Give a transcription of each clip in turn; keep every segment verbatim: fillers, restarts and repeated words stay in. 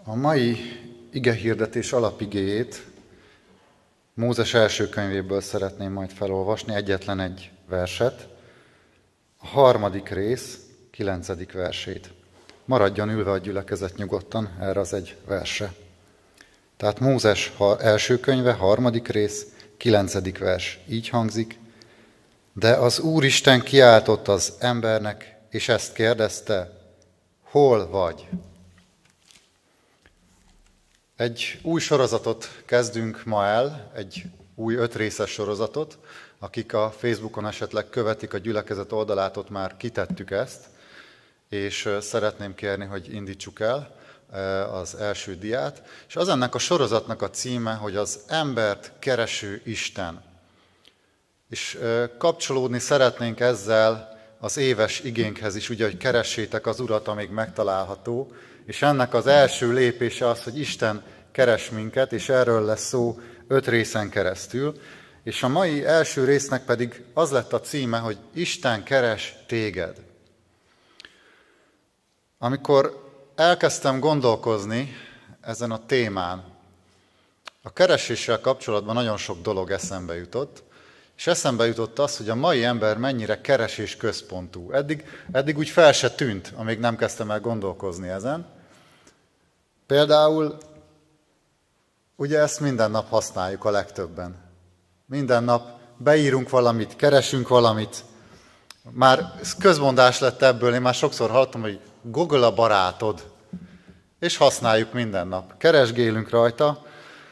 A mai igehirdetés alapigéjét Mózes első könyvéből szeretném majd felolvasni, egyetlen egy verset, a harmadik rész, kilencedik versét. Maradjon ülve a gyülekezet nyugodtan erre az egy verse. Tehát Mózes első könyve, harmadik rész, kilencedik vers. Így hangzik: De az Úristen kiáltott az embernek, és ezt kérdezte: hol vagy? Egy új sorozatot kezdünk ma el, egy új ötrészes sorozatot. Akik a Facebookon esetleg követik a gyülekezet oldalát, ott már kitettük ezt, és szeretném kérni, hogy indítsuk el az első diát. És az ennek a sorozatnak a címe, hogy az embert kereső Isten. És kapcsolódni szeretnénk ezzel az éves igénkhez is, ugye, hogy keressétek az Urat, amíg megtalálható. És ennek az első lépése az, hogy Isten keres minket, és erről lesz szó öt részen keresztül. És a mai első résznek pedig az lett a címe, hogy Isten keres téged. Amikor elkezdtem gondolkozni ezen a témán, a kereséssel kapcsolatban nagyon sok dolog eszembe jutott, és eszembe jutott az, hogy a mai ember mennyire keresés központú. Eddig, eddig úgy fel se tűnt, amíg nem kezdtem el gondolkozni ezen. Például, ugye ezt minden nap használjuk a legtöbben. Minden nap beírunk valamit, keresünk valamit. Már közmondás lett ebből, én már sokszor hallottam, hogy Google a barátod, és használjuk minden nap. Keresgélünk rajta.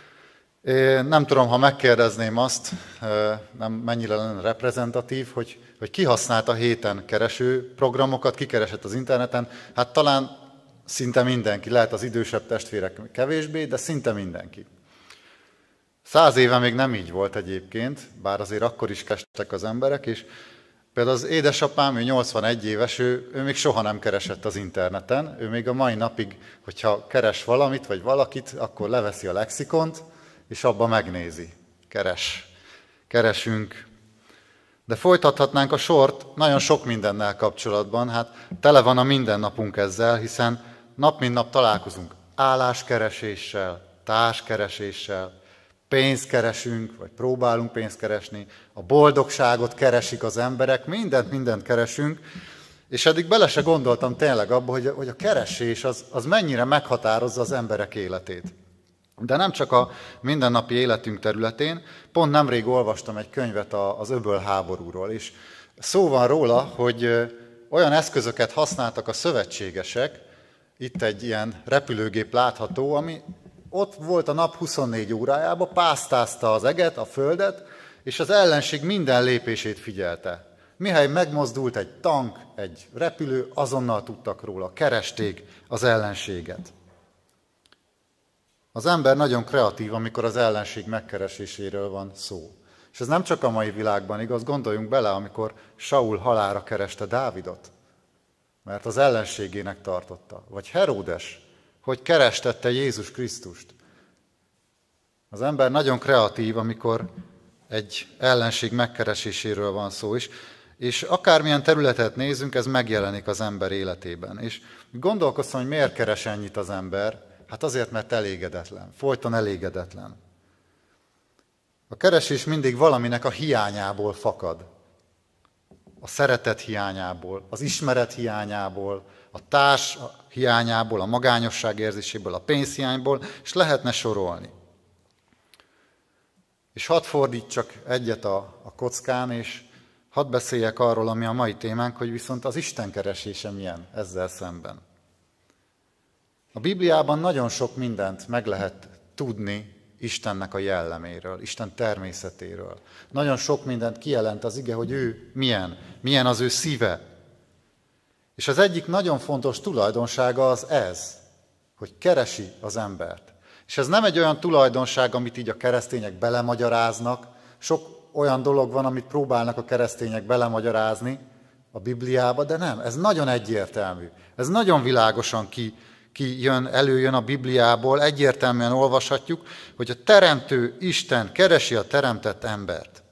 Én nem tudom, ha megkérdezném azt, nem mennyire lenne reprezentatív, hogy, hogy ki használt a héten kereső programokat, ki keresett az interneten. Hát talán szinte mindenki, lehet az idősebb testvérek kevésbé, de szinte mindenki. Száz éve még nem így volt egyébként, bár azért akkor is kerestek az emberek, és például az édesapám, ő nyolcvanegy éves, ő, ő még soha nem keresett az interneten, ő még a mai napig, hogyha keres valamit, vagy valakit, akkor leveszi a lexikont, és abba megnézi. Keres. Keresünk. De folytathatnánk a sort nagyon sok mindennel kapcsolatban, hát tele van a mindennapunk ezzel, hiszen nap mint nap találkozunk álláskereséssel, társkereséssel, pénzt keresünk, vagy próbálunk pénzt keresni, a boldogságot keresik az emberek, mindent, mindent keresünk, és eddig bele se gondoltam tényleg abba, hogy a, hogy a keresés az, az mennyire meghatározza az emberek életét. De nem csak a mindennapi életünk területén, pont nemrég olvastam egy könyvet az öbölháborúról, és szó van róla, hogy olyan eszközöket használtak a szövetségesek, itt egy ilyen repülőgép látható, ami ott volt a nap huszonnégy órájában, pásztázta az eget, a földet, és az ellenség minden lépését figyelte. Mihely megmozdult egy tank, egy repülő, azonnal tudtak róla, keresték az ellenséget. Az ember nagyon kreatív, amikor az ellenség megkereséséről van szó. És ez nem csak a mai világban igaz, gondoljunk bele, amikor Saul halálra kereste Dávidot, mert az ellenségének tartotta. Vagy Heródes, hogy kerestette Jézus Krisztust. Az ember nagyon kreatív, amikor egy ellenség megkereséséről van szó is, és akármilyen területet nézünk, ez megjelenik az ember életében. És gondolkoztam, hogy miért keres ennyit az ember. Hát azért, mert elégedetlen, folyton elégedetlen. A keresés mindig valaminek a hiányából fakad. A szeretet hiányából, az ismeret hiányából, a társ hiányából, a magányosság érzéséből, a pénzhiányból, és lehetne sorolni. És hadd fordítsak egyet a, a kockán, és hadd beszéljek arról, ami a mai témánk, hogy viszont az Isten keresése milyen ezzel szemben. A Bibliában nagyon sok mindent meg lehet tudni Istennek a jelleméről, Isten természetéről. Nagyon sok mindent kijelent az ige, hogy ő milyen, milyen az ő szíve. És az egyik nagyon fontos tulajdonsága az ez, hogy keresi az embert. És ez nem egy olyan tulajdonság, amit így a keresztények belemagyaráznak. Sok olyan dolog van, amit próbálnak a keresztények belemagyarázni a Bibliába, de nem, ez nagyon egyértelmű. Ez nagyon világosan ki ki jön, előjön a Bibliából, egyértelműen olvashatjuk, hogy a teremtő Isten keresi a teremtett embert.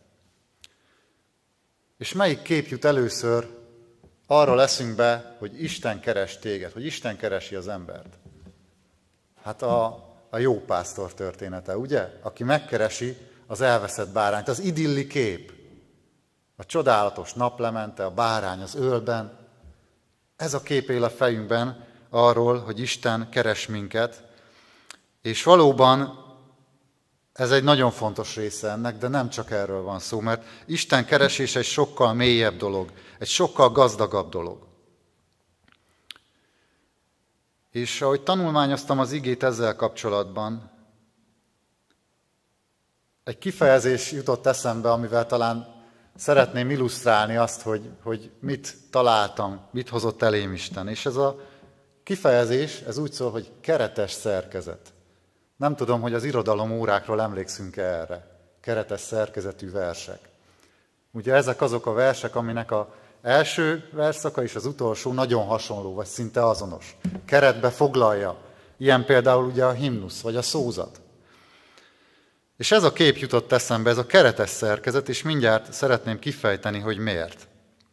És melyik kép jut először arról eszünkbe, hogy Isten keres téged, hogy Isten keresi az embert? Hát a, a jó pásztor története, ugye? Aki megkeresi az elveszett bárányt, az idilli kép. A csodálatos naplemente, a bárány az ölben. Ez a kép él a fejünkben arról, hogy Isten keres minket, és valóban ez egy nagyon fontos része ennek, de nem csak erről van szó, mert Isten keresése egy sokkal mélyebb dolog, egy sokkal gazdagabb dolog. És ahogy tanulmányoztam az igét ezzel kapcsolatban, egy kifejezés jutott eszembe, amivel talán szeretném illusztrálni azt, hogy, hogy mit találtam, mit hozott elém Isten. És ez a kifejezés, ez úgy szól, hogy keretes szerkezet. Nem tudom, hogy az irodalom órákról emlékszünk-e erre. Keretes szerkezetű versek. Ugye ezek azok a versek, aminek az első versszaka és az utolsó nagyon hasonló, vagy szinte azonos. Keretbe foglalja. Ilyen például ugye a himnusz, vagy a szózat. És ez a kép jutott eszembe, ez a keretes szerkezet, és mindjárt szeretném kifejteni, hogy miért.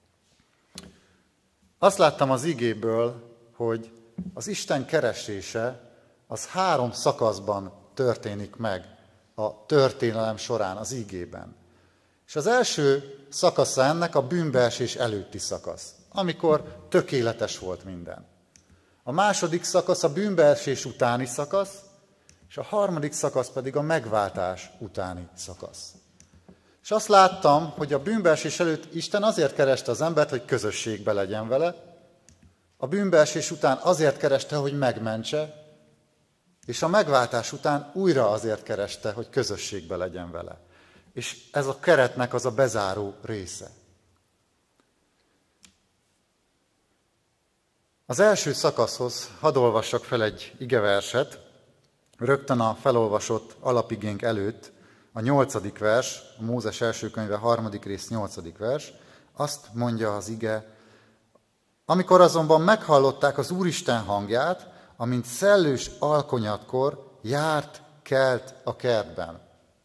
Azt láttam az igéből, hogy az Isten keresése az három szakaszban történik meg a történelem során, az igében. És az első szakasza ennek a bűnbeesés előtti szakasz, amikor tökéletes volt minden. A második szakasz a bűnbeesés utáni szakasz, és a harmadik szakasz pedig a megváltás utáni szakasz. És azt láttam, hogy a bűnbeesés előtt Isten azért kereste az embert, hogy közösségbe legyen vele, a bűnbeesés után azért kereste, hogy megmentse, és a megváltás után újra azért kereste, hogy közösségbe legyen vele. És ez a keretnek az a bezáró része. Az első szakaszhoz hadd olvassak fel egy igeverset, rögtön a felolvasott alapigénk előtt, a nyolcadik vers, a Mózes első könyve harmadik rész nyolcadik vers, azt mondja az ige: amikor azonban meghallották az Úristen hangját, amint szellős alkonyatkor járt, kelt a kertben.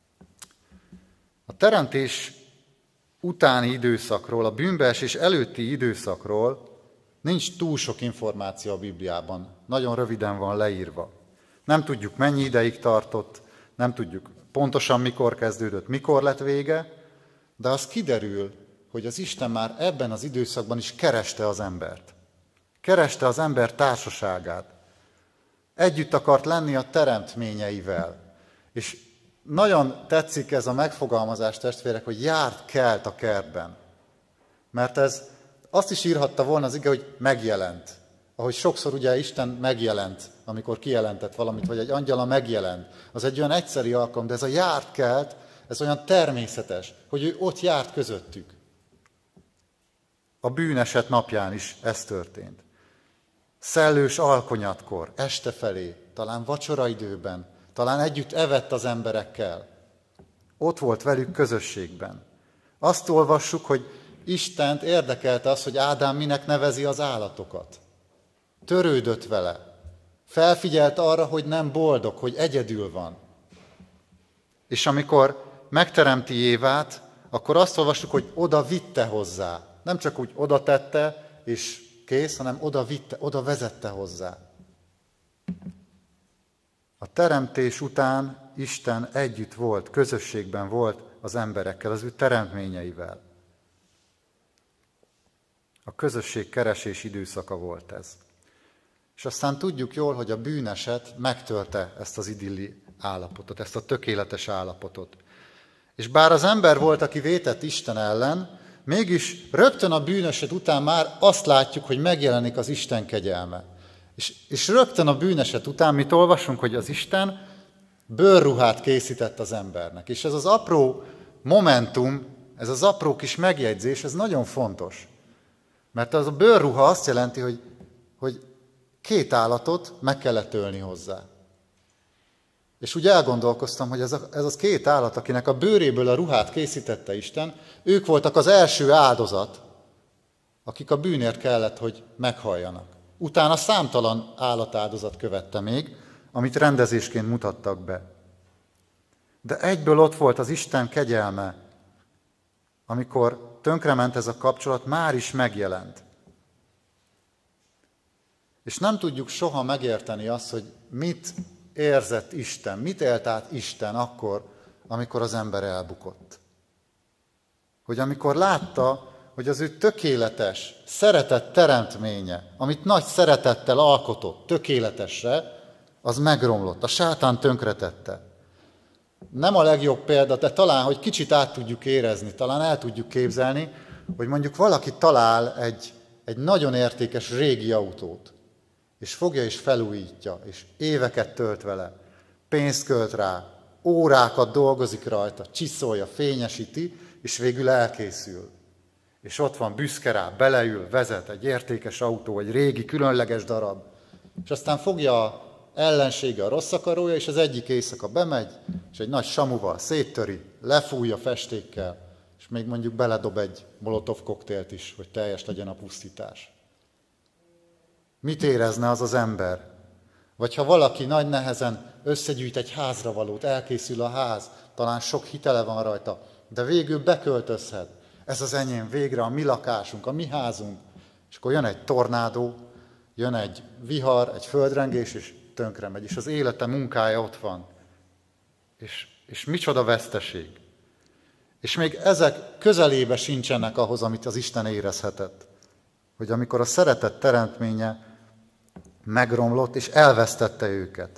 A teremtés utáni időszakról, a bűnbeesés előtti időszakról nincs túl sok információ a Bibliában. Nagyon röviden van leírva. Nem tudjuk, mennyi ideig tartott, nem tudjuk pontosan mikor kezdődött, mikor lett vége, de az kiderül, hogy az Isten már ebben az időszakban is kereste az embert. Kereste az ember társaságát. Együtt akart lenni a teremtményeivel. És nagyon tetszik ez a megfogalmazás, testvérek, hogy járt, kelt a kertben. Mert ez azt is írhatta volna az ige, hogy megjelent. Ahogy sokszor ugye Isten megjelent, amikor kijelentett valamit, vagy egy angyala megjelent. Az egy olyan egyszeri alkalom, de ez a járt, kelt, ez olyan természetes, hogy ő ott járt közöttük. A bűneset napján is ez történt. Szellős alkonyatkor, este felé, talán vacsoraidőben, talán együtt evett az emberekkel. Ott volt velük közösségben. Azt olvassuk, hogy Istent érdekelte az, hogy Ádám minek nevezi az állatokat. Törődött vele. Felfigyelt arra, hogy nem boldog, hogy egyedül van. És amikor megteremti Évát, akkor azt olvassuk, hogy oda vitte hozzá. Nem csak úgy oda tette, és kész, hanem oda vitte, oda vezette hozzá. A teremtés után Isten együtt volt, közösségben volt az emberekkel, az ő teremtményeivel. A közösség keresés időszaka volt ez. És aztán tudjuk jól, hogy a bűneset megtörte ezt az idilli állapotot, ezt a tökéletes állapotot. És bár az ember volt, aki vétett Isten ellen, mégis rögtön a bűneset után már azt látjuk, hogy megjelenik az Isten kegyelme. És, és rögtön a bűneset után mit olvasunk, hogy az Isten bőrruhát készített az embernek. És ez az apró momentum, ez az apró kis megjegyzés, ez nagyon fontos. Mert az a bőrruha azt jelenti, hogy, hogy két állatot meg kellett ölni hozzá. És úgy elgondolkoztam, hogy ez, a, ez az két állat, akinek a bőréből a ruhát készítette Isten, ők voltak az első áldozat, akik a bűnért kellett, hogy meghalljanak. Utána számtalan állatáldozat követte még, amit rendezésként mutattak be. De egyből ott volt az Isten kegyelme, amikor tönkrement ez a kapcsolat, már is megjelent. És nem tudjuk soha megérteni azt, hogy mit érzett Isten, mit élt át Isten akkor, amikor az ember elbukott. Hogy amikor látta, hogy az ő tökéletes, szeretett teremtménye, amit nagy szeretettel alkotott tökéletesre, az megromlott, a sátán tönkretette. Nem a legjobb példa, de talán, hogy kicsit át tudjuk érezni, talán el tudjuk képzelni, hogy mondjuk valaki talál egy, egy nagyon értékes régi autót, és fogja és felújítja, és éveket tölt vele, pénzt költ rá, órákat dolgozik rajta, csiszolja, fényesíti, és végül elkészül. És ott van büszke rá, beleül, vezet egy értékes autó, egy régi, különleges darab. És aztán fogja a ellensége, a rossz akarója, és az egyik éjszaka bemegy, és egy nagy samuval széttöri, lefújja festékkel, és még mondjuk beledob egy molotov koktélt is, hogy teljes legyen a pusztítás. Mit érezne az az ember? Vagy ha valaki nagy nehezen összegyűjt egy házra valót, elkészül a ház, talán sok hitele van rajta, de végül beköltözhet. Ez az enyém, végre a mi lakásunk, a mi házunk. És akkor jön egy tornádó, jön egy vihar, egy földrengés, és tönkre megy. És az élete, munkája ott van. És, és micsoda veszteség. És még ezek közelébe sincsenek ahhoz, amit az Isten érezhetett. Hogy amikor a szeretett teremtménye megromlott, és elvesztette őket.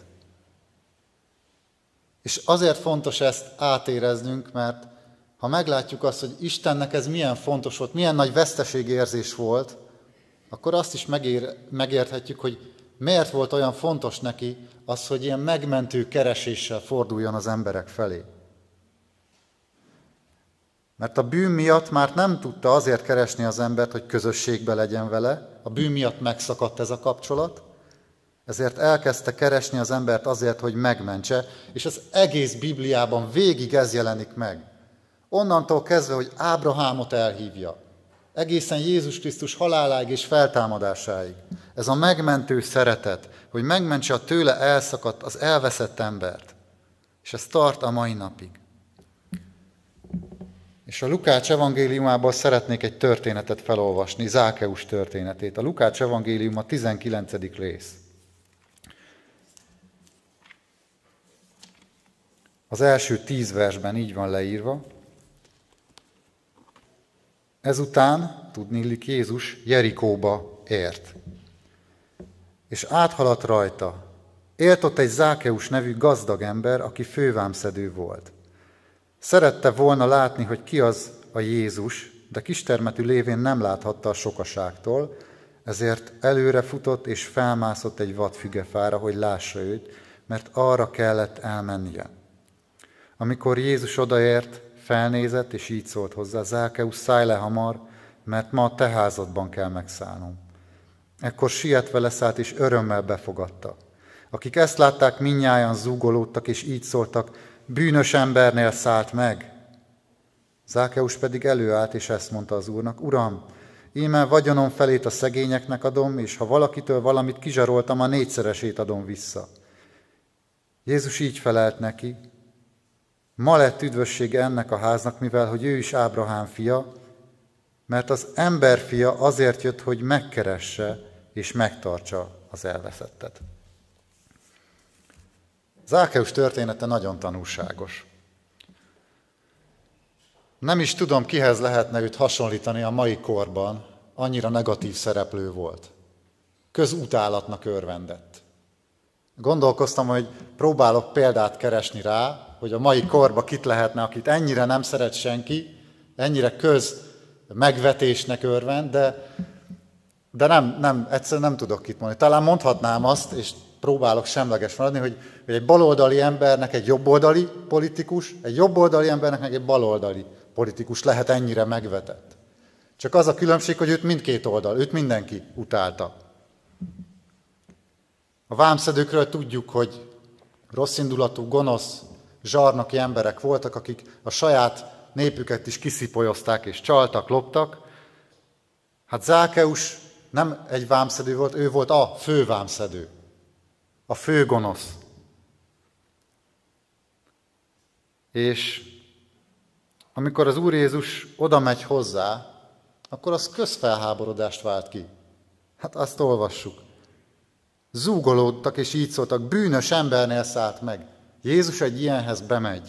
És azért fontos ezt átéreznünk, mert ha meglátjuk azt, hogy Istennek ez milyen fontos volt, milyen nagy veszteségérzés volt, akkor azt is megér, megérthetjük, hogy miért volt olyan fontos neki az, hogy ilyen megmentő kereséssel forduljon az emberek felé. Mert a bűn miatt már nem tudta azért keresni az embert, hogy közösségbe legyen vele, a bűn miatt megszakadt ez a kapcsolat, ezért elkezdte keresni az embert azért, hogy megmentse, és az egész Bibliában végig ez jelenik meg. Onnantól kezdve, hogy Ábrahámot elhívja, egészen Jézus Krisztus haláláig és feltámadásáig. Ez a megmentő szeretet, hogy megmentse a tőle elszakadt, az elveszett embert. És ez tart a mai napig. És a Lukács evangéliumából szeretnék egy történetet felolvasni, Zákeus történetét. A Lukács evangélium a tizenkilencedik rész. Az első tíz versben így van leírva. Ezután, tudniillik, Jézus Jerikóba ért, és áthaladt rajta. Élt ott egy Zákeus nevű gazdag ember, aki fővámszedő volt. Szerette volna látni, hogy ki az a Jézus, de kistermetű lévén nem láthatta a sokaságtól, ezért előre futott és felmászott egy vadfügefára, hogy lássa őt, mert arra kellett elmennie. Amikor Jézus odaért, felnézett, és így szólt hozzá: Zákeus, szállj le hamar, mert ma a te házadban kell megszállnom. Ekkor sietve leszállt, és örömmel befogadta. Akik ezt látták, mindnyájan zúgolódtak, és így szóltak: bűnös embernél szállt meg. Zákeus pedig előállt, és ezt mondta az Úrnak: Uram, íme vagyonom felét a szegényeknek adom, és ha valakitől valamit kizsaroltam, a négyszeresét adom vissza. Jézus így felelt neki: ma lett üdvössége ennek a háznak, mivel hogy ő is Ábrahám fia, mert az ember fia azért jött, hogy megkeresse és megtartsa az elveszettet. Zákeus története nagyon tanulságos. Nem is tudom, kihez lehetne őt hasonlítani a mai korban, annyira negatív szereplő volt. Közutálatnak örvendett. Gondolkoztam, hogy próbálok példát keresni rá, hogy a mai korba kit lehetne, akit ennyire nem szeret senki, ennyire köz megvetésnek örvend, de, de nem, nem, egyszerűen nem tudok kit mondani. Talán mondhatnám azt, és próbálok semleges maradni, hogy, hogy egy baloldali embernek egy jobboldali politikus, egy jobboldali embernek meg egy baloldali politikus lehet ennyire megvetett. Csak az a különbség, hogy őt mindkét oldal, őt mindenki utálta. A vámszedőkről tudjuk, hogy rosszindulatú, gonosz, zsarnoki emberek voltak, akik a saját népüket is kiszipolyozták és csaltak, loptak. Hát Zákeus nem egy vámszedő volt, ő volt a fő vámszedő, a fő gonosz. És amikor az Úr Jézus oda megy hozzá, akkor az közfelháborodást vált ki. Hát azt olvassuk. Zúgolódtak és így szóltak, bűnös embernél szállt meg. Jézus egy ilyenhez bemegy.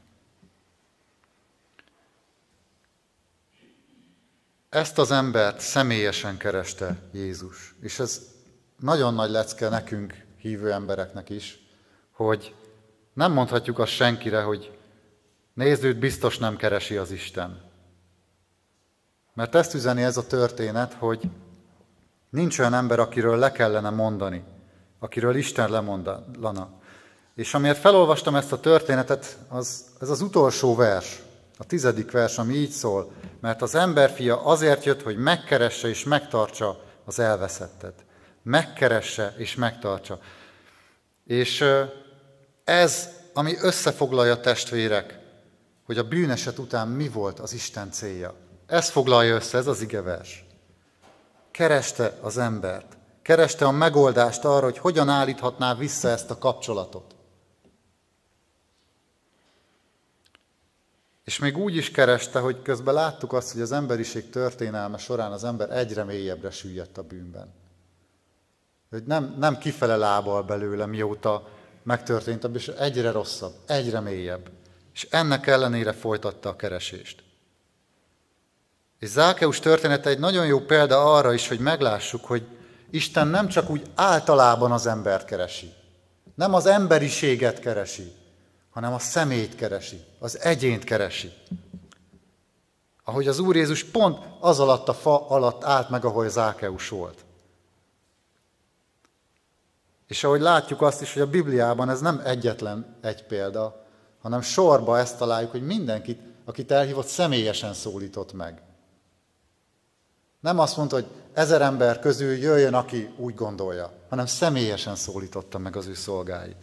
Ezt az embert személyesen kereste Jézus. És ez nagyon nagy lecke nekünk, hívő embereknek is, hogy nem mondhatjuk azt senkire, hogy nézd, őt biztos nem keresi az Isten. Mert ezt üzeni ez a történet, hogy nincs olyan ember, akiről le kellene mondani, akiről Isten lemondana. És amiért felolvastam ezt a történetet, az, ez az utolsó vers, a tizedik vers, ami így szól, mert az emberfia azért jött, hogy megkeresse és megtartsa az elveszettet. Megkeresse és megtartsa. És ez, ami összefoglalja, testvérek, hogy a bűneset után mi volt az Isten célja. Ez foglalja össze, ez az igevers. Kereste az embert. Kereste a megoldást arra, hogy hogyan állíthatná vissza ezt a kapcsolatot. És még úgy is kereste, hogy közben láttuk azt, hogy az emberiség történelme során az ember egyre mélyebbre süllyedt a bűnben. Hogy nem, nem kifele lábal belőle, mióta megtörtént a bűn, és egyre rosszabb, egyre mélyebb. És ennek ellenére folytatta a keresést. És Zákeus története egy nagyon jó példa arra is, hogy meglássuk, hogy Isten nem csak úgy általában az embert keresi, nem az emberiséget keresi, hanem a személyt keresi, az egyént keresi. Ahogy az Úr Jézus pont az alatt a fa alatt állt meg, ahol Zákeus volt. És ahogy látjuk azt is, hogy a Bibliában ez nem egyetlen egy példa, hanem sorba ezt találjuk, hogy mindenkit, akit elhívott, személyesen szólított meg. Nem azt mondta, hogy ezer ember közül jöjjön, aki úgy gondolja, hanem személyesen szólította meg az ő szolgáit.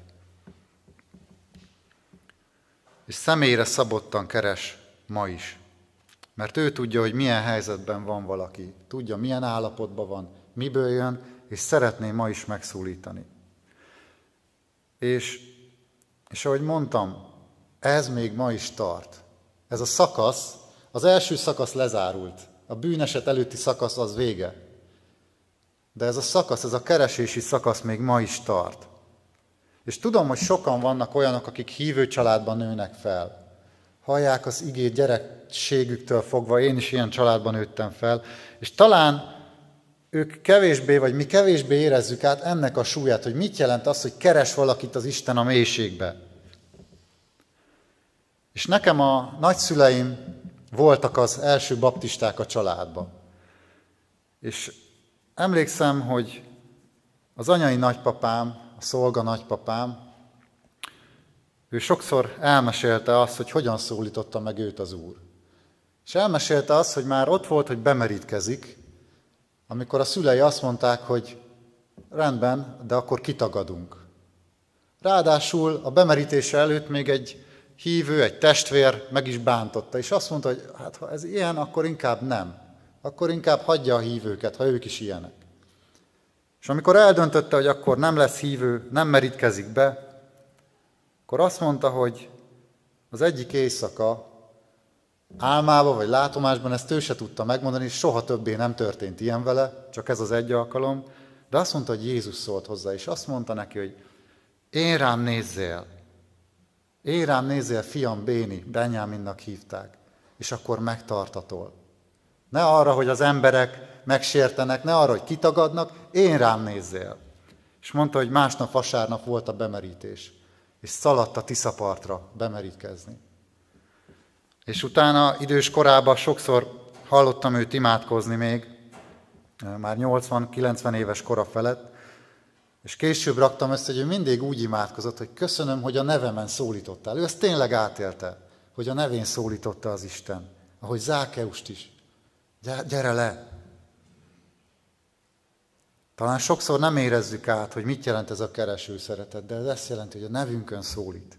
És személyre szabottan keres ma is. Mert ő tudja, hogy milyen helyzetben van valaki. Tudja, milyen állapotban van, miből jön, és szeretné ma is megszólítani. És, és ahogy mondtam, ez még ma is tart. Ez a szakasz, az első szakasz lezárult. A bűneset előtti szakasz az vége. De ez a szakasz, ez a keresési szakasz még ma is tart. És tudom, hogy sokan vannak olyanok, akik hívő családban nőnek fel. Hallják az igét gyerekségüktől fogva, én is ilyen családban nőttem fel, és talán ők kevésbé, vagy mi kevésbé érezzük át ennek a súlyát, hogy mit jelent az, hogy keres valakit az Isten a mélységbe. És nekem a nagyszüleim voltak az első baptisták a családban. És emlékszem, hogy az anyai nagypapám, a szolga nagypapám, ő sokszor elmesélte azt, hogy hogyan szólította meg őt az Úr. És elmesélte azt, hogy már ott volt, hogy bemerítkezik, amikor a szülei azt mondták, hogy rendben, de akkor kitagadunk. Ráadásul a bemerítése előtt még egy hívő, egy testvér meg is bántotta, és azt mondta, hogy hát ha ez ilyen, akkor inkább nem. Akkor inkább hagyja a hívőket, ha ők is ilyenek. És amikor eldöntötte, hogy akkor nem lesz hívő, nem merítkezik be, akkor azt mondta, hogy az egyik éjszaka álmában vagy látomásban ezt ő se tudta megmondani, és soha többé nem történt ilyen vele, csak ez az egy alkalom, de azt mondta, hogy Jézus szólt hozzá, és azt mondta neki, hogy én rám nézzél, én rám nézzél, fiam Béni, Benyáminnak hívták, és akkor megtartatol. Ne arra, hogy az emberek megsértenek, ne arra, hogy kitagadnak, én rám nézzél. És mondta, hogy másnap vasárnap volt a bemerítés, és szaladt a Tiszapartra bemerítkezni. És utána idős korában sokszor hallottam őt imádkozni még, már nyolcvan-kilencven éves kora felett, és később raktam össze, hogy ő mindig úgy imádkozott, hogy köszönöm, hogy a nevemen szólítottál. Ő ezt tényleg átélte, hogy a nevén szólította az Isten, ahogy Zákeust is. Gyere le! Talán sokszor nem érezzük át, hogy mit jelent ez a kereső szeretet, de ez azt jelenti, hogy a nevünkön szólít.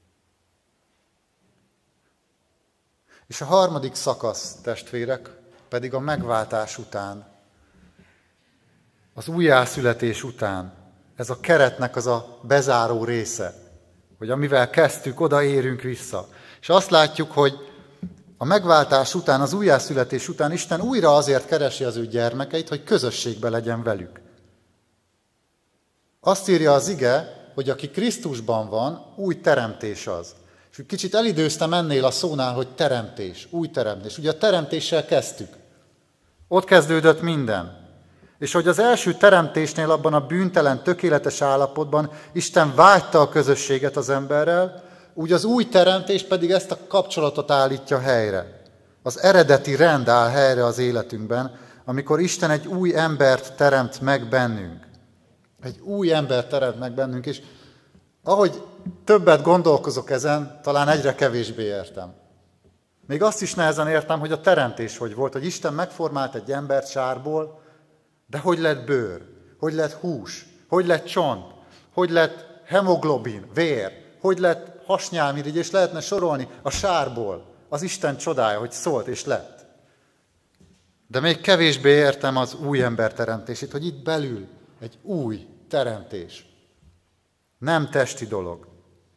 És a harmadik szakasz, testvérek, pedig a megváltás után, az újjászületés után, ez a keretnek az a bezáró része, hogy amivel kezdtük, oda érünk vissza. És azt látjuk, hogy a megváltás után, az újjászületés után Isten újra azért keresi az ő gyermekeit, hogy közösségbe legyen velük. Azt írja az ige, hogy aki Krisztusban van, új teremtés az. És úgy kicsit elidőztem ennél a szónál, hogy teremtés, új teremtés. Ugye a teremtéssel kezdtük. Ott kezdődött minden. És hogy az első teremtésnél, abban a bűntelen, tökéletes állapotban Isten vágyta a közösséget az emberrel, úgy az új teremtés pedig ezt a kapcsolatot állítja helyre. Az eredeti rend áll helyre az életünkben, amikor Isten egy új embert teremt meg bennünk. Egy új embert teremt meg bennünk, és ahogy többet gondolkozok ezen, talán egyre kevésbé értem. Még azt is nehezen értem, hogy a teremtés hogy volt, hogy Isten megformált egy embert sárból, de hogy lett bőr, hogy lett hús, hogy lett csont, hogy lett hemoglobin, vér, hogy lett hasnyálmirigy, és lehetne sorolni a sárból. Az Isten csodája, hogy szólt és lett. De még kevésbé értem az új ember teremtését, hogy itt belül egy új teremtés. Nem testi dolog.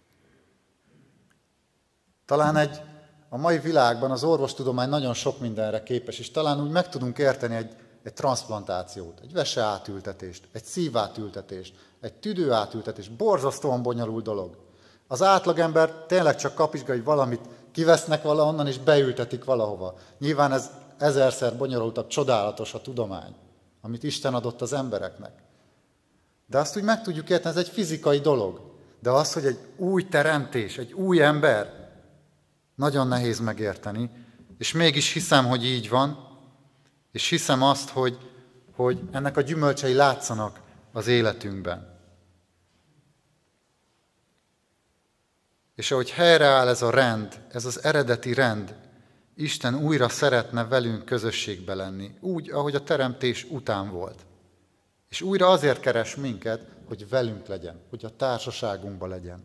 Talán egy, a mai világban az orvostudomány nagyon sok mindenre képes, és talán úgy meg tudunk érteni egy, egy transzplantációt, egy veseátültetést, egy szívátültetést, egy tüdőátültetést. Borzasztóan bonyolult dolog. Az átlagember tényleg csak kapizsgál, hogy valamit kivesznek valahonnan, és beültetik valahova. Nyilván ez ezerszer bonyolultabb, csodálatos a tudomány, amit Isten adott az embereknek. De azt úgy meg tudjuk érteni, ez egy fizikai dolog. De az, hogy egy új teremtés, egy új ember, nagyon nehéz megérteni, és mégis hiszem, hogy így van, és hiszem azt, hogy, hogy ennek a gyümölcsei látszanak az életünkben. És ahogy helyreáll ez a rend, ez az eredeti rend, Isten újra szeretne velünk közösségbe lenni, úgy, ahogy a teremtés után volt. És újra azért keres minket, hogy velünk legyen, hogy a társaságunkban legyen.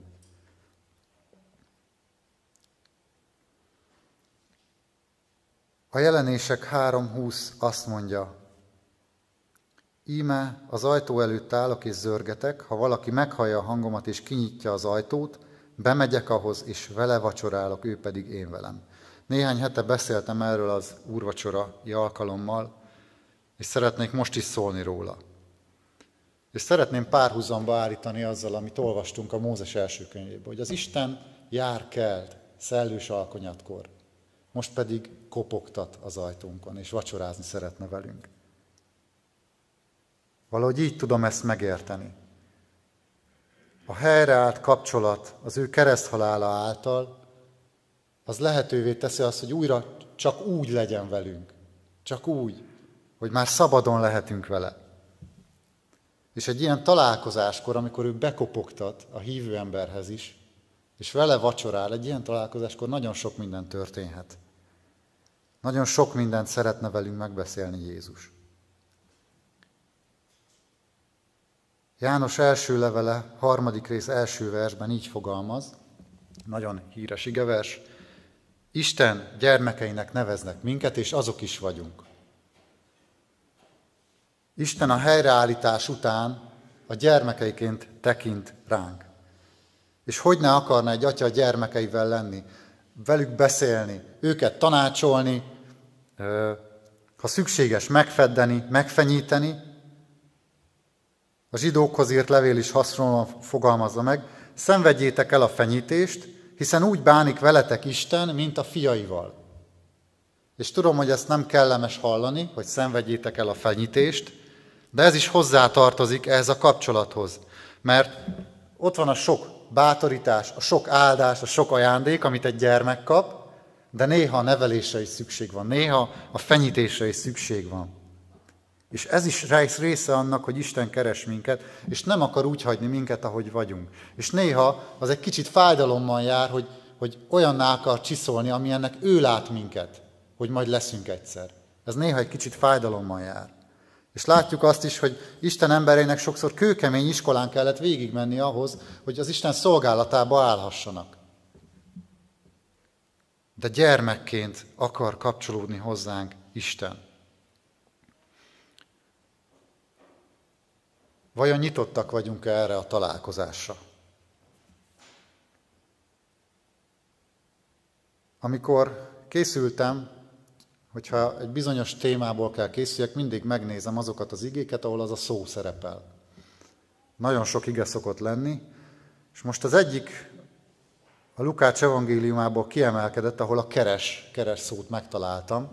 A Jelenések három húsz azt mondja, íme az ajtó előtt állok és zörgetek, ha valaki meghallja a hangomat és kinyitja az ajtót, bemegyek ahhoz, és vele vacsorálok, ő pedig én velem. Néhány hete beszéltem erről az úrvacsorai alkalommal, és szeretnék most is szólni róla. És szeretném párhuzamba állítani azzal, amit olvastunk a Mózes első könyvében, hogy az Isten jár kelt szellős alkonyatkor, most pedig kopogtat az ajtónkon, és vacsorázni szeretne velünk. Valahogy így tudom ezt megérteni. A helyreállt kapcsolat az ő kereszthalála által, az lehetővé teszi azt, hogy újra csak úgy legyen velünk. Csak úgy, hogy már szabadon lehetünk vele. És egy ilyen találkozáskor, amikor ő bekopogtat a hívő emberhez is, és vele vacsorál, egy ilyen találkozáskor nagyon sok minden történhet. Nagyon sok mindent szeretne velünk megbeszélni Jézus. János első levele, harmadik rész első versben így fogalmaz, nagyon híres igevers, Isten gyermekeinek neveznek minket, és azok is vagyunk. Isten a helyreállítás után a gyermekeiként tekint ránk. És hogy ne akarna egy atya gyermekeivel lenni, velük beszélni, őket tanácsolni, ha szükséges megfeddeni, megfenyíteni. A zsidókhoz írt levél is hasonlóan fogalmazza meg, szenvedjétek el a fenyítést, hiszen úgy bánik veletek Isten, mint a fiaival. És tudom, hogy ezt nem kellemes hallani, hogy szenvedjétek el a fenyítést, de ez is hozzátartozik ehhez a kapcsolathoz. Mert ott van a sok bátorítás, a sok áldás, a sok ajándék, amit egy gyermek kap, de néha a nevelésre is szükség van, néha a fenyítésre is szükség van. És ez is része annak, hogy Isten keres minket, és nem akar úgy hagyni minket, ahogy vagyunk. És néha az egy kicsit fájdalommal jár, hogy, hogy olyanná akar csiszolni, amilyennek ő lát minket, hogy majd leszünk egyszer. Ez néha egy kicsit fájdalommal jár. És látjuk azt is, hogy Isten embereinek sokszor kőkemény iskolán kellett végigmenni ahhoz, hogy az Isten szolgálatába állhassanak. De gyermekként akar kapcsolódni hozzánk Isten. Vajon nyitottak vagyunk erre a találkozásra? Amikor készültem, hogyha egy bizonyos témából kell készüljek, mindig megnézem azokat az igéket, ahol az a szó szerepel. Nagyon sok ige szokott lenni, és most az egyik a Lukács evangéliumából kiemelkedett, ahol a keres, keres szót megtaláltam.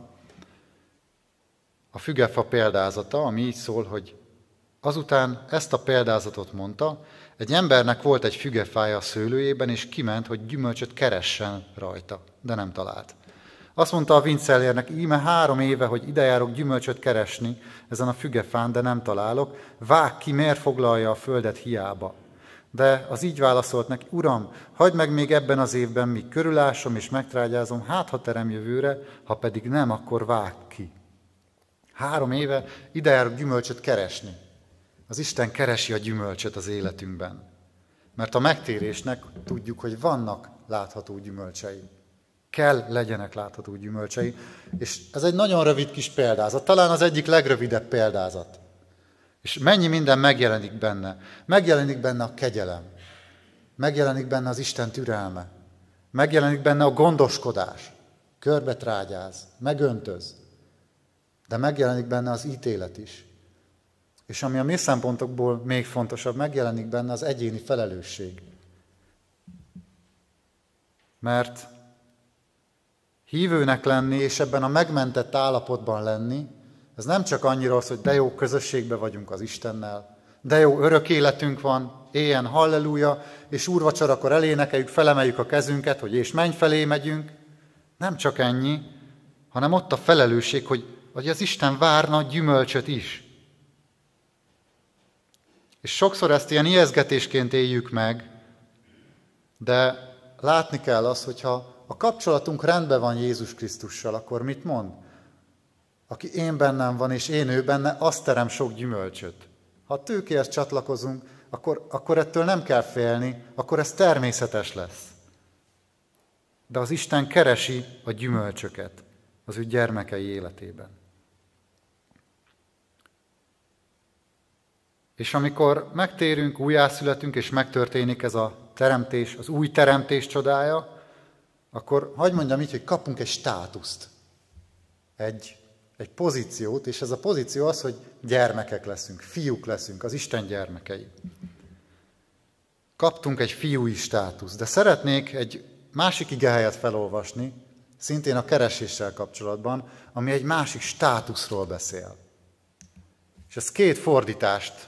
A fügefa példázata, ami így szól, hogy azután ezt a példázatot mondta, egy embernek volt egy fügefája a szőlőjében, és kiment, hogy gyümölcsöt keressen rajta, de nem talált. Azt mondta a vincellérnek, íme három éve, hogy idejárok gyümölcsöt keresni ezen a fügefán, de nem találok. Vágj ki, miért foglalja a földet hiába? De az így válaszolt neki, Uram, hagyd meg még ebben az évben, míg körülásom és megtrágyázom, hát ha terem jövőre, ha pedig nem, akkor vágj ki. Három éve idejárok gyümölcsöt keresni. Az Isten keresi a gyümölcsöt az életünkben. Mert a megtérésnek tudjuk, hogy vannak látható gyümölcsei. Kell legyenek látható gyümölcsei. És ez egy nagyon rövid kis példázat, talán az egyik legrövidebb példázat. És mennyi minden megjelenik benne. Megjelenik benne a kegyelem. Megjelenik benne az Isten türelme. Megjelenik benne a gondoskodás. Körbetrágyáz, megöntöz. De megjelenik benne az ítélet is. És ami a mi szempontokból még fontosabb, megjelenik benne az egyéni felelősség. Mert hívőnek lenni, és ebben a megmentett állapotban lenni, ez nem csak annyira az, hogy de jó közösségben vagyunk az Istennel, de jó örök életünk van, éljen halleluja, és úrvacsorakor elénekeljük, felemeljük a kezünket, hogy és menny felé megyünk. Nem csak ennyi, hanem ott a felelősség, hogy, hogy az Isten várna gyümölcsöt is. És sokszor ezt ilyen ijesztgetésként éljük meg, de látni kell azt, hogyha a kapcsolatunk rendben van Jézus Krisztussal, akkor mit mond? Aki én bennem van, és én ő benne, azt terem sok gyümölcsöt. Ha a tőkéhez csatlakozunk, akkor, akkor ettől nem kell félni, akkor ez természetes lesz. De az Isten keresi a gyümölcsöket az ő gyermekei életében. És amikor megtérünk, újjászületünk, és megtörténik ez a teremtés, az új teremtés csodája, akkor hagyd mondjam így, hogy kapunk egy státuszt, egy, egy pozíciót, és ez a pozíció az, hogy gyermekek leszünk, fiúk leszünk, az Isten gyermekei. Kaptunk egy fiúi státuszt, de szeretnék egy másik igehelyet felolvasni, szintén a kereséssel kapcsolatban, ami egy másik státuszról beszél. És ez két fordítást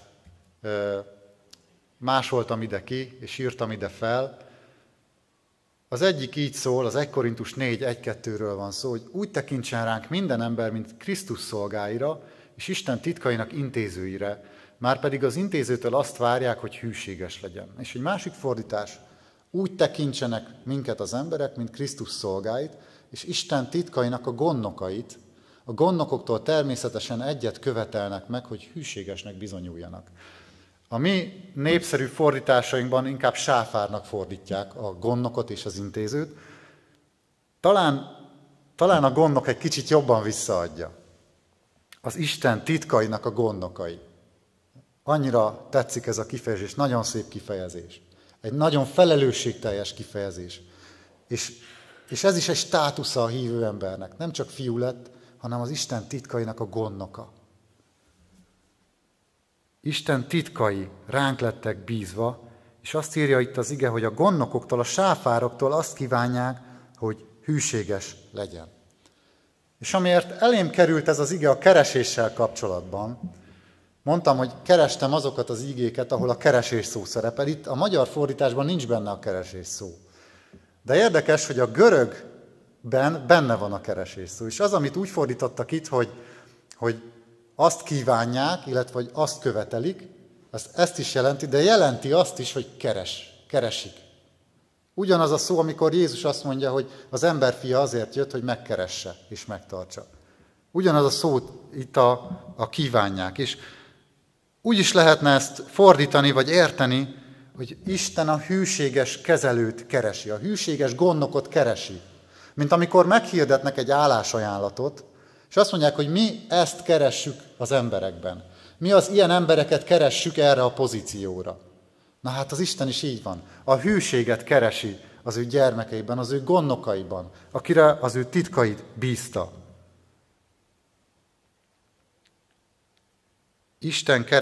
másoltam ide ki, és írtam ide fel. Az egyik így szól, az egy Korintus négy egy kettőről van szó, hogy úgy tekintsen ránk minden ember, mint Krisztus szolgáira, és Isten titkainak intézőire, márpedig az intézőtől azt várják, hogy hűséges legyen. És egy másik fordítás, úgy tekintsenek minket az emberek, mint Krisztus szolgáit, és Isten titkainak a gondnokait, a gondnokoktól természetesen egyet követelnek meg, hogy hűségesnek bizonyuljanak. A mi népszerű fordításainkban inkább sáfárnak fordítják a gondnokot és az intézőt. Talán, talán a gondnok egy kicsit jobban visszaadja. Az Isten titkainak a gondnokai. Annyira tetszik ez a kifejezés, nagyon szép kifejezés. Egy nagyon felelősségteljes kifejezés. És, és ez is egy státusza a hívő embernek. Nem csak fiú lett, hanem az Isten titkainak a gondnoka. Isten titkai ránk lettek bízva, és azt írja itt az ige, hogy a gondnokoktól, a sáfároktól azt kívánják, hogy hűséges legyen. És amiért elém került ez az ige a kereséssel kapcsolatban, mondtam, hogy kerestem azokat az igéket, ahol a keresés szó szerepel. Itt a magyar fordításban nincs benne a keresés szó. De érdekes, hogy a görögben benne van a keresés szó. És az, amit úgy fordítottak itt, hogy, hogy azt kívánják, illetve hogy azt követelik, ezt, ezt is jelenti, de jelenti azt is, hogy keres, keresik. Ugyanaz a szó, amikor Jézus azt mondja, hogy az emberfia azért jött, hogy megkeresse és megtartsa. Ugyanaz a szó itt a, a kívánják. És úgy is lehetne ezt fordítani, vagy érteni, hogy Isten a hűséges kezelőt keresi, a hűséges gondnokot keresi. Mint amikor meghirdetnek egy állásajánlatot, és azt mondják, hogy mi ezt keressük az emberekben. Mi az ilyen embereket keressük erre a pozícióra. Na hát az Isten is így van. A hűséget keresi az ő gyermekeiben, az ő gondnokaiban, akire az ő titkait bízta. Isten keres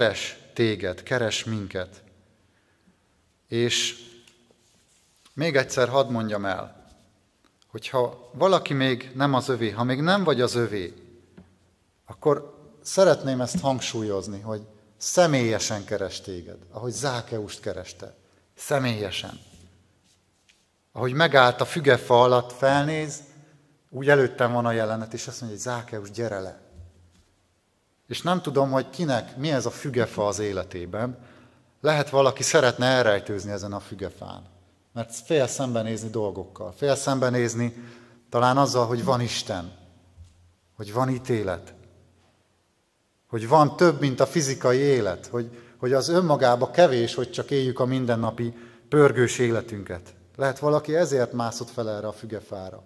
téged, keres minket. És még egyszer hadd mondjam el, hogyha valaki még nem az övé, ha még nem vagy az övé, akkor szeretném ezt hangsúlyozni, hogy személyesen keres téged, ahogy Zákeust kereste. Személyesen. Ahogy megállt a fügefa alatt, felnéz, úgy előttem van a jelenet, és azt mondja, hogy Zákeus, gyere le. És nem tudom, hogy kinek mi ez a fügefa az életében. Lehet valaki szeretne elrejtőzni ezen a fügefán, mert fél szembenézni dolgokkal, fél szembenézni talán azzal, hogy van Isten, hogy van ítélet, hogy van több, mint a fizikai élet, hogy, hogy az önmagába kevés, hogy csak éljük a mindennapi pörgős életünket. Lehet valaki ezért mászott fel erre a fügefára.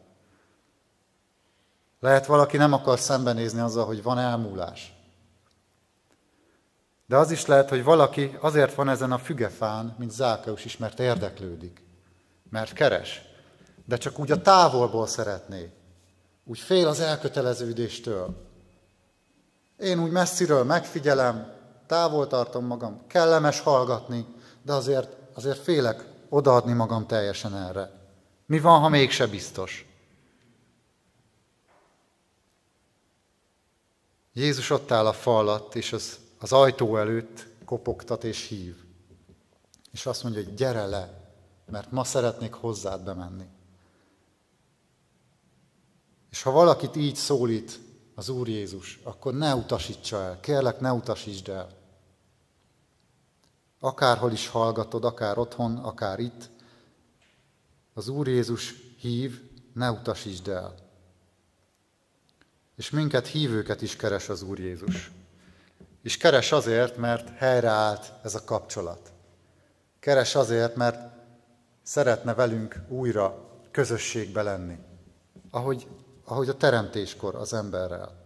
Lehet valaki nem akar szembenézni azzal, hogy van elmúlás. De az is lehet, hogy valaki azért van ezen a fügefán, mint Zákeus is, mert érdeklődik, mert keres, de csak úgy a távolból szeretné, úgy fél az elköteleződéstől. Én úgy messziről megfigyelem, távol tartom magam, kellemes hallgatni, de azért, azért félek odaadni magam teljesen erre. Mi van, ha mégse biztos? Jézus ott áll a fa alatt, és az, az ajtó előtt kopogtat és hív. És azt mondja, hogy gyere le, mert ma szeretnék hozzád bemenni. És ha valakit így szólít az Úr Jézus, akkor ne utasítsa el. Kérlek, ne utasítsd el. Akárhol is hallgatod, akár otthon, akár itt, az Úr Jézus hív, ne utasítsd el. És minket hívőket is keres az Úr Jézus. És keres azért, mert helyreállt ez a kapcsolat. Keres azért, mert szeretne velünk újra közösségbe lenni. Ahogy, ahogy a teremtéskor az emberrel.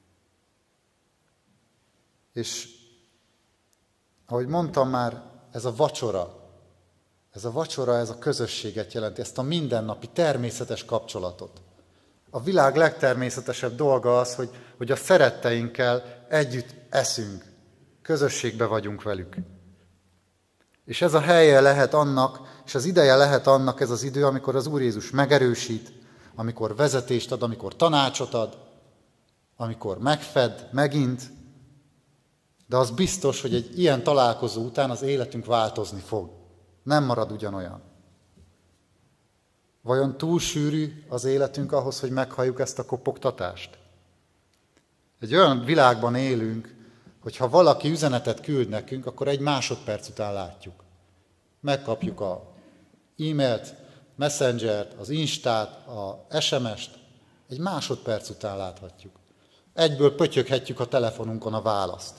És ahogy mondtam már, ez a vacsora, ez a vacsora, ez a közösséget jelenti, ezt a mindennapi természetes kapcsolatot. A világ legtermészetesebb dolga az, hogy, hogy a szeretteinkkel együtt eszünk, közösségbe vagyunk velük. És ez a helye lehet annak, és az ideje lehet annak, ez az idő, amikor az Úr Jézus megerősít, amikor vezetést ad, amikor tanácsot ad, amikor megfed megint, de az biztos, hogy egy ilyen találkozó után az életünk változni fog. Nem marad ugyanolyan. Vajon túl sűrű az életünk ahhoz, hogy meghalljuk ezt a kopogtatást? Egy olyan világban élünk, hogy ha valaki üzenetet küld nekünk, akkor egy másodperc után látjuk. Megkapjuk a e-mailt, messengert, az instát, a es em est, egy másodperc után láthatjuk. Egyből pötyöghetjük a telefonunkon a választ.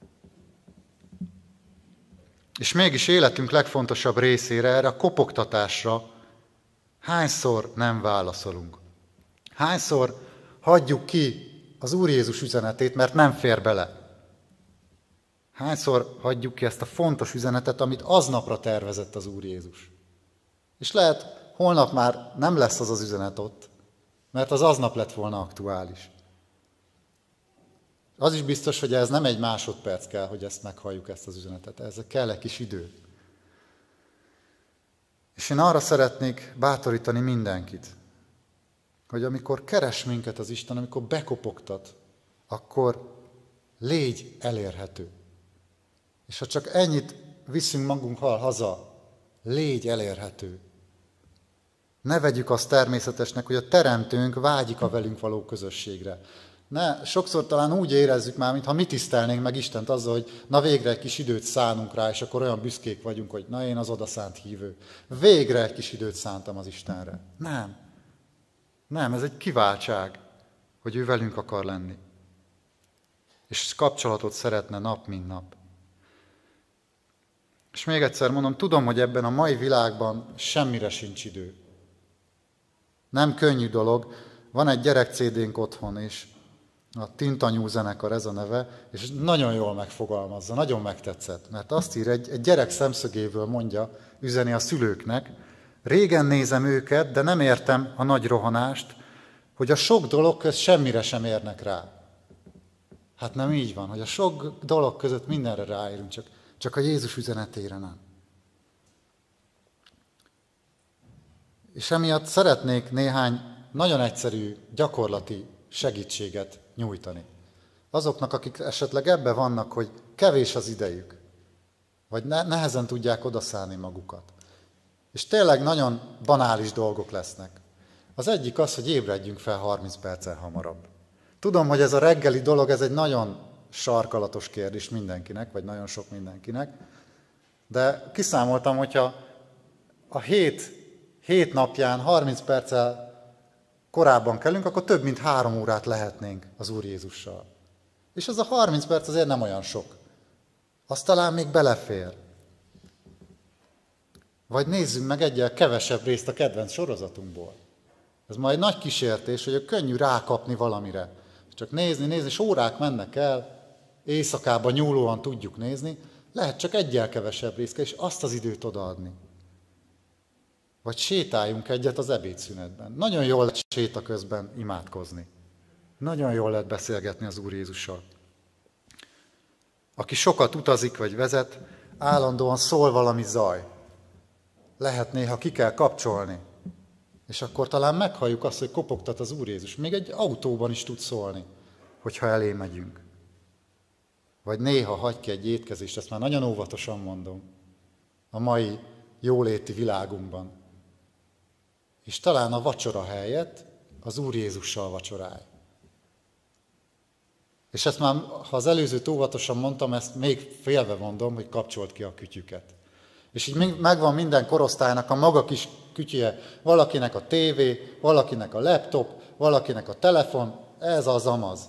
És mégis életünk legfontosabb részére, erre a kopogtatásra hányszor nem válaszolunk? Hányszor hagyjuk ki az Úr Jézus üzenetét, mert nem fér bele? Hányszor hagyjuk ki ezt a fontos üzenetet, amit aznapra tervezett az Úr Jézus? És lehet, holnap már nem lesz az az üzenet ott, mert az aznap lett volna aktuális. Az is biztos, hogy ez nem egy másodperc kell, hogy ezt meghalljuk, ezt az üzenetet. Ez kell egy kis idő. És én arra szeretnék bátorítani mindenkit, hogy amikor keres minket az Isten, amikor bekopogtat, akkor légy elérhető. És ha csak ennyit viszünk magunkkal haza, légy elérhető. Ne vegyük azt természetesnek, hogy a Teremtőnk vágyik a velünk való közösségre. Ne, sokszor talán úgy érezzük már, mintha mi tisztelnénk meg Istent azzal, hogy na végre egy kis időt szánunk rá, és akkor olyan büszkék vagyunk, hogy na én az odaszánt hívő. Végre egy kis időt szántam az Istenre. Nem. Nem, ez egy kiváltság, hogy ő velünk akar lenni. És kapcsolatot szeretne nap, mint nap. És még egyszer mondom, tudom, hogy ebben a mai világban semmire sincs idő. Nem könnyű dolog. Van egy gyerek cé dé-nk otthon, és a Tintanyú zenekar ez a neve, és nagyon jól megfogalmazza, nagyon megtetszett, mert azt ír, egy, egy gyerek szemszögéből mondja, üzeni a szülőknek, régen nézem őket, de nem értem a nagy rohanást, hogy a sok dolog közt semmire sem érnek rá. Hát nem így van, hogy a sok dolog között mindenre ráérünk, csak, csak a Jézus üzenetére nem. És emiatt szeretnék néhány nagyon egyszerű, gyakorlati segítséget nyújtani. Azoknak, akik esetleg ebbe vannak, hogy kevés az idejük, vagy nehezen tudják odaszállni magukat. És tényleg nagyon banális dolgok lesznek. Az egyik az, hogy ébredjünk fel harminc perccel hamarabb. Tudom, hogy ez a reggeli dolog, ez egy nagyon sarkalatos kérdés mindenkinek, vagy nagyon sok mindenkinek, de kiszámoltam, hogyha a hét, hét napján harminc perccel korábban kelünk, akkor több mint három órát lehetnénk az Úr Jézussal. És ez a harminc perc azért nem olyan sok. Az talán még belefér. Vagy nézzünk meg egyel kevesebb részt a kedvenc sorozatunkból. Ez majd nagy kísértés, hogy könnyű rákapni valamire. Csak nézni, nézni, és órák mennek el, éjszakában nyúlóan tudjuk nézni, lehet csak egyel kevesebb részt, és azt az időt odaadni. Vagy sétáljunk egyet az ebédszünetben. Nagyon jól lehet séta közben imádkozni. Nagyon jól lehet beszélgetni az Úr Jézussal. Aki sokat utazik vagy vezet, állandóan szól valami zaj. Lehet néha ki kell kapcsolni, és akkor talán meghalljuk azt, hogy kopogtat az Úr Jézus. Még egy autóban is tud szólni, hogyha elé megyünk. Vagy néha hagy ki egy étkezést, ezt már nagyon óvatosan mondom, a mai jóléti világunkban. És talán a vacsora helyett az Úr Jézussal vacsorálj. És ezt már, ha az előzőt óvatosan mondtam, ezt még félve mondom, hogy kapcsolt ki a kütyüket. És így megvan minden korosztálynak a maga kis kütyüje. Valakinek a tévé, valakinek a laptop, valakinek a telefon, ez az amaz.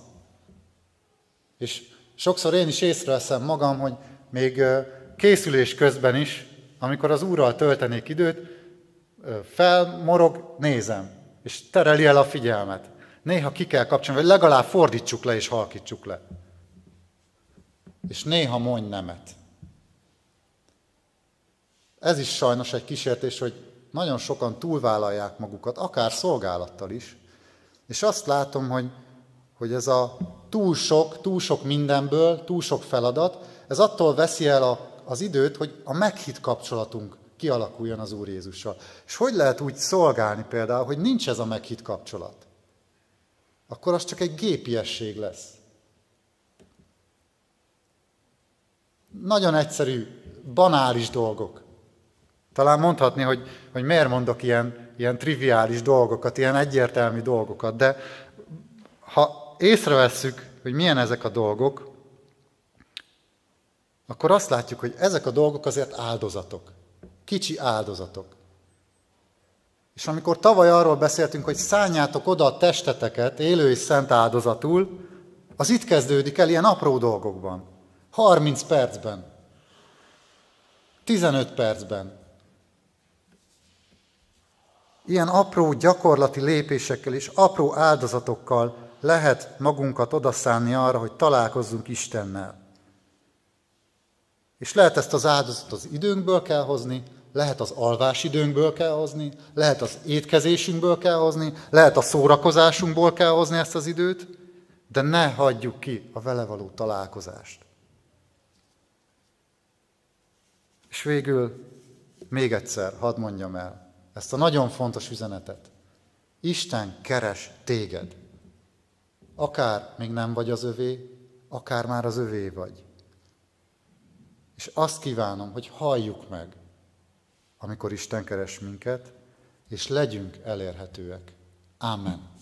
És sokszor én is észreveszem magam, hogy még készülés közben is, amikor az Úrral töltenék időt, felmorog, nézem, és tereli el a figyelmet. Néha ki kell kapcsolni, vagy legalább fordítsuk le és halkítsuk le. És néha mondj nemet. Ez is sajnos egy kísértés, hogy nagyon sokan túlvállalják magukat, akár szolgálattal is, és azt látom, hogy, hogy ez a túl sok, túl sok mindenből, túl sok feladat, ez attól veszi el a, az időt, hogy a meghitt kapcsolatunk kialakuljon az Úr Jézussal. És hogy lehet úgy szolgálni például, hogy nincs ez a meghitt kapcsolat? Akkor az csak egy gépiesség lesz. Nagyon egyszerű, banális dolgok. Talán mondhatni, hogy, hogy miért mondok ilyen, ilyen triviális dolgokat, ilyen egyértelmű dolgokat, de ha észrevesszük, hogy milyen ezek a dolgok, akkor azt látjuk, hogy ezek a dolgok azért áldozatok. Kicsi áldozatok. És amikor tavaly arról beszéltünk, hogy szánjátok oda a testeteket élő és szent áldozatul, az itt kezdődik el ilyen apró dolgokban. harminc percben. tizenöt percben. Ilyen apró gyakorlati lépésekkel és apró áldozatokkal lehet magunkat odaszánni arra, hogy találkozzunk Istennel. És lehet ezt az áldozatot az időnkből kell hozni, lehet az alvásidőnkből kell hozni, lehet az étkezésünkből kell hozni, lehet a szórakozásunkból kell hozni ezt az időt, de ne hagyjuk ki a vele való találkozást. És végül még egyszer hadd mondjam el ezt a nagyon fontos üzenetet. Isten keres téged. Akár még nem vagy az övé, akár már az övé vagy. És azt kívánom, hogy halljuk meg, amikor Isten keres minket, és legyünk elérhetőek. Ámen.